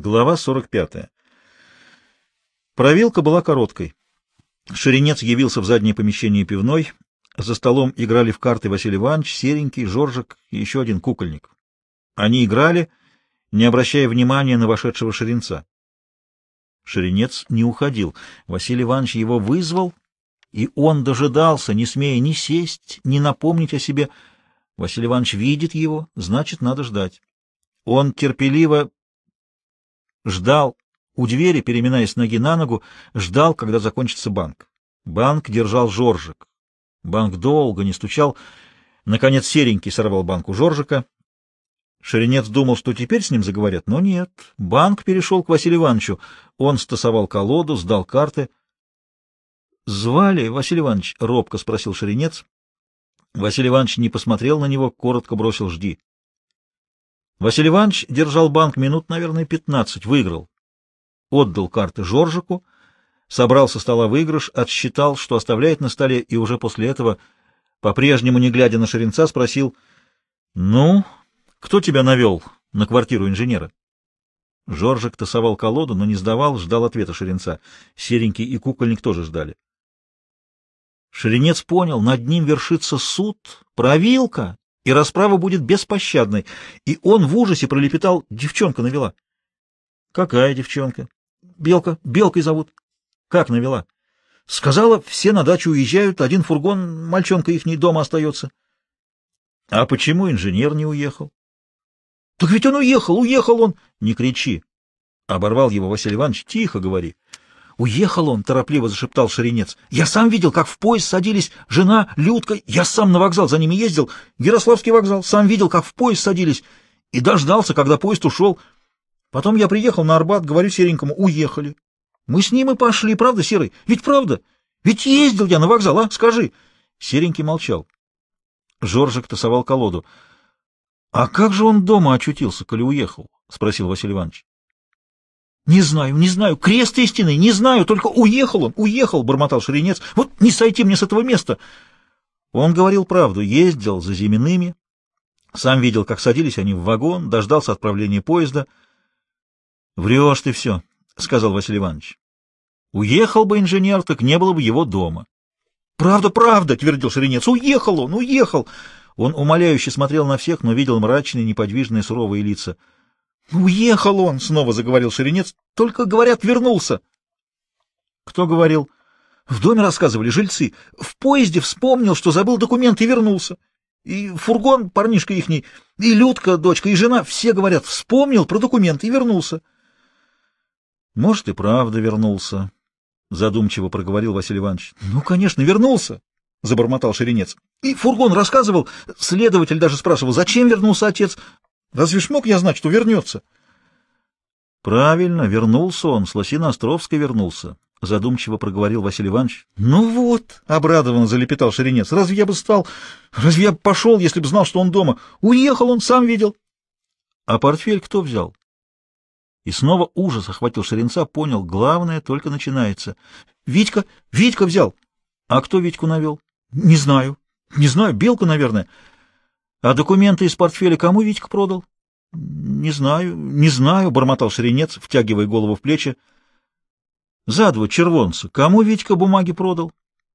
Глава 45. Провилка была короткой. Шеренец явился в заднее помещение пивной. За столом играли в карты Василий Иванович, Серенький, Жоржик и еще один кукольник. Они играли, не обращая внимания на вошедшего Шеренца. Шеренец не уходил. Василий Иванович его вызвал, и он дожидался, не смея ни сесть, ни напомнить о себе. Василий Иванович видит его, значит, надо ждать. Он терпеливо ждал у двери, переминаясь с ноги на ногу, ждал, когда закончится банк. Банк держал Жоржик. Банк долго не стучал. Наконец Серенький сорвал банк у Жоржика. Шеренец думал, что теперь с ним заговорят, но нет. Банк перешел к Василию Ивановичу. Он стасовал колоду, сдал карты. — Звали, Василий Иванович? — робко спросил Шеренец. Василий Иванович не посмотрел на него, коротко бросил: «Жди». Василий Иванович держал банк минут, наверное, 15, выиграл. Отдал карты Жоржику, собрал со стола выигрыш, отсчитал, что оставляет на столе, и уже после этого, по-прежнему не глядя на Шеренца, спросил: «Ну, кто тебя навел на квартиру инженера?» Жоржик тасовал колоду, но не сдавал, ждал ответа Шеренца. Серенький и кукольник тоже ждали. Шеренец понял, над ним вершится суд, провилка, и расправа будет беспощадной, и он в ужасе пролепетал: «Девчонка навела». «Какая девчонка?» «Белка. Белкой зовут». «Как навела?» «Сказала, все на дачу уезжают, один фургон, мальчонка ихний дома остается». «А почему инженер не уехал?» «Так ведь он уехал он!» «Не кричи!» — оборвал его Василий Иванович. «Тихо говори». «Уехал он!» — торопливо зашептал Шеренец. «Я сам видел, как в поезд садились жена, Людка. Я сам на вокзал за ними ездил, Ярославский вокзал. Сам видел, как в поезд садились. И дождался, когда поезд ушел. Потом я приехал на Арбат, говорю Серенькому: уехали. Мы с ним и пошли, правда, Серый? Ведь правда? Ведь ездил я на вокзал, а? Скажи!» Серенький молчал. Жоржик тасовал колоду. «А как же он дома очутился, коли уехал?» — спросил Василий Иванович. «Не знаю, крест истинный, не знаю, только уехал, — бормотал Шеренец. — Вот не сойти мне с этого места!» Он говорил правду, ездил за Зимиными, сам видел, как садились они в вагон, дождался отправления поезда. — Врешь ты все, — сказал Василий Иванович. — Уехал бы инженер, так не было бы его дома. — Правда, — твердил Шеренец, — уехал он. Он умоляюще смотрел на всех, но видел мрачные, неподвижные, суровые лица. «Уехал он!» — снова заговорил Шеренец. «Только, говорят, вернулся». «Кто говорил?» «В доме рассказывали жильцы. В поезде вспомнил, что забыл документы, и вернулся. И фургон, парнишка ихний, и Людка, дочка, и жена, все говорят, вспомнил про документы и вернулся». «Может, и правда вернулся», — задумчиво проговорил Василий Иванович. «Ну, конечно, вернулся», — забормотал Шеренец. «И фургон рассказывал, следователь даже спрашивал, зачем вернулся отец. Разве ж мог я знать, что вернется?» «Правильно, вернулся он, с Лосино-Островской вернулся», — задумчиво проговорил Василий Иванович. «Ну вот», — обрадованно залепетал Шеренец, — «разве я бы пошел, если бы знал, что он дома? Уехал он, сам видел». «А портфель кто взял?» И снова ужас охватил Шеренца, понял, главное только начинается. «Витька взял». «А кто Витьку навел?» «Не знаю, Белка, наверное». «А документы из портфеля кому Витька продал?» Не знаю, — бормотал Шеренец, втягивая голову в плечи. «За 2 червонца кому Витька бумаги продал?»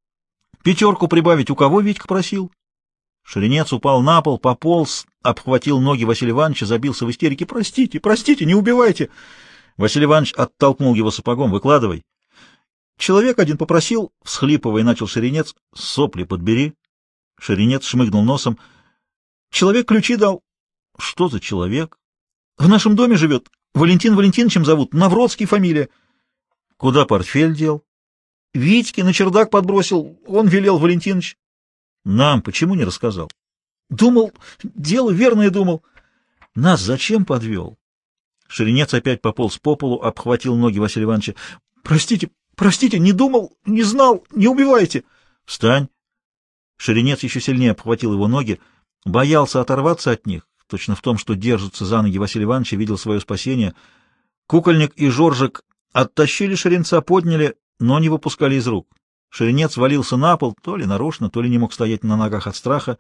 «5 прибавить у кого Витька просил?» Шеренец упал на пол, пополз, обхватил ноги Василия Ивановича, забился в истерике. «Простите, не убивайте!» Василий Иванович оттолкнул его сапогом. «Выкладывай». «Человек один попросил», — всхлипывая, начал Шеренец. «Сопли подбери». Шеренец шмыгнул носом. «Человек ключи дал». «Что за человек?» «В нашем доме живет. Валентин Валентиновичем зовут. Навродский фамилия». «Куда портфель дел?» «Витьке на чердак подбросил. Он велел, Валентинович». «Нам почему не рассказал?» «Думал, дело верное думал». «Нас зачем подвел?» Шеренец опять пополз по полу, обхватил ноги Василия Ивановича. «Простите, не думал, не знал, не убивайте». «Встань». Шеренец еще сильнее обхватил его ноги, боялся оторваться от них, точно в том, что держится за ноги Василия Ивановича, видел свое спасение. Кукольник и Жоржик оттащили Шеренца, подняли, но не выпускали из рук. Шеренец валился на пол, то ли нарочно, то ли не мог стоять на ногах от страха.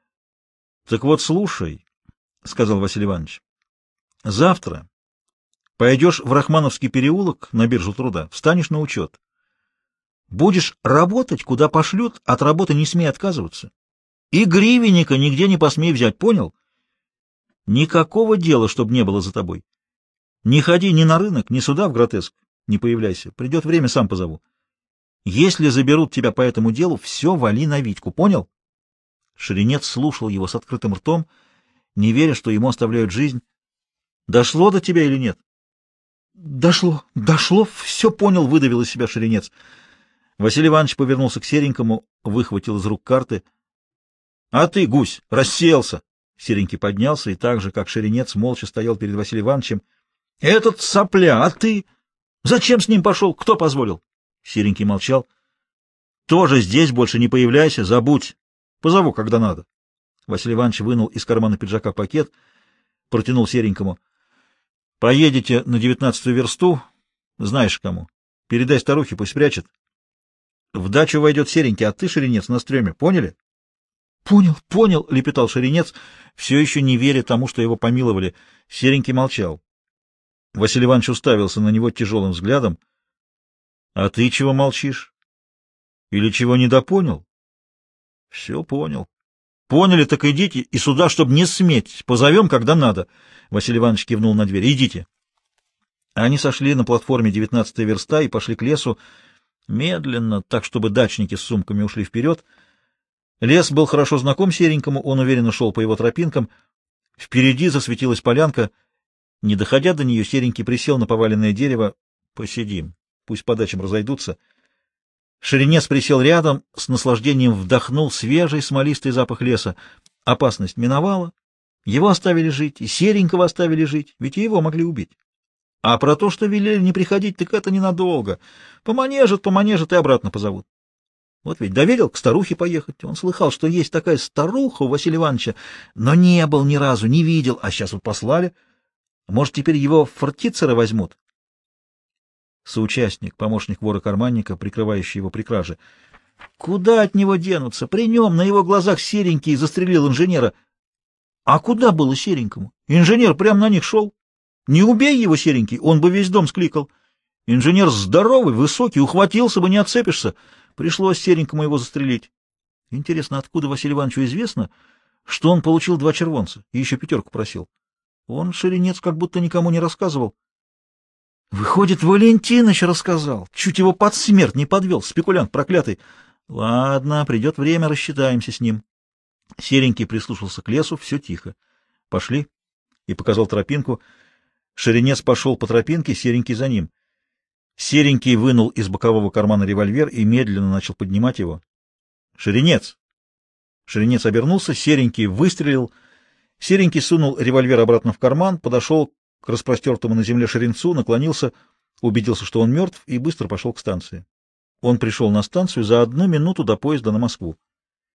— Так вот, слушай, — сказал Василий Иванович, — завтра Пойдешь в Рахмановский переулок на биржу труда, встанешь на учет. Будешь работать, куда пошлют, от работы не смей отказываться. И гривенника нигде не посмей взять, понял? Никакого дела, чтобы не было за тобой. Не ходи ни на рынок, ни сюда, в Гротеск, не появляйся. Придет время, сам позову. Если заберут тебя по этому делу, все вали на Витьку, понял? Шеренец слушал его с открытым ртом, не веря, что ему оставляют жизнь. Дошло до тебя или нет? Дошло, все понял, выдавил из себя Шеренец. Василий Иванович повернулся к Серенькому, выхватил из рук карты. — А ты, гусь, рассеялся! Серенький поднялся и так же, как Шеренец, молча стоял перед Василием Ивановичем. — Этот сопля, а ты? Зачем с ним пошел? Кто позволил? Серенький молчал. — Тоже здесь больше не появляйся, забудь. Позову, когда надо. Василий Иванович вынул из кармана пиджака пакет, протянул Серенькому. — Поедете на 19-ю версту, знаешь кому. Передай старухе, пусть прячет. В дачу войдет Серенький, а ты, Шеренец, на стреме. Поняли? — Понял, — лепетал Шеренец, все еще не веря тому, что его помиловали. Серенький молчал. Василий Иванович уставился на него тяжелым взглядом. — А ты чего молчишь? Или чего недопонял? — Все понял. — Поняли, так идите, и сюда, чтобы не сметь. Позовем, когда надо. Василий Иванович кивнул на дверь. — Идите. Они сошли на платформе 19-я верста и пошли к лесу, медленно, так, чтобы дачники с сумками ушли вперед. Лес был хорошо знаком Серенькому, он уверенно шел по его тропинкам. Впереди засветилась полянка. Не доходя до нее, Серенький присел на поваленное дерево. Посидим, пусть по дачам разойдутся. Шеренец присел рядом, с наслаждением вдохнул свежий смолистый запах леса. Опасность миновала. Его оставили жить, и Серенького оставили жить, ведь и его могли убить. А про то, что велели не приходить, так это ненадолго. Поманежат и обратно позовут. Вот ведь доверил к старухе поехать. Он слыхал, что есть такая старуха у Василия Ивановича, но не был ни разу, не видел, а сейчас вот послали. Может, теперь его фортицера возьмут? Соучастник, помощник вора-карманника, прикрывающий его при краже. Куда от него денутся? При нем на его глазах Серенький застрелил инженера. А куда было Серенькому? Инженер прямо на них шел. Не убей его, Серенький, он бы весь дом скликал. Инженер здоровый, высокий, ухватился бы, не отцепишься. Пришлось Серенькому его застрелить. Интересно, откуда Василию Ивановичу известно, что он получил 2 червонца и еще 5 просил? Он, Шеренец, как будто никому не рассказывал. Выходит, Валентиныч рассказал. Чуть его под смерть не подвел, спекулянт проклятый. Ладно, придет время, рассчитаемся с ним. Серенький прислушался к лесу, все тихо. Пошли. И показал тропинку. Шеренец пошел по тропинке, Серенький за ним. Серенький вынул из бокового кармана револьвер и медленно начал поднимать его. «Шеренец!» Шеренец обернулся, Серенький выстрелил. Серенький сунул револьвер обратно в карман, подошел к распростертому на земле Шеренцу, наклонился, убедился, что он мертв, и быстро пошел к станции. Он пришел на станцию за 1 минуту до поезда на Москву.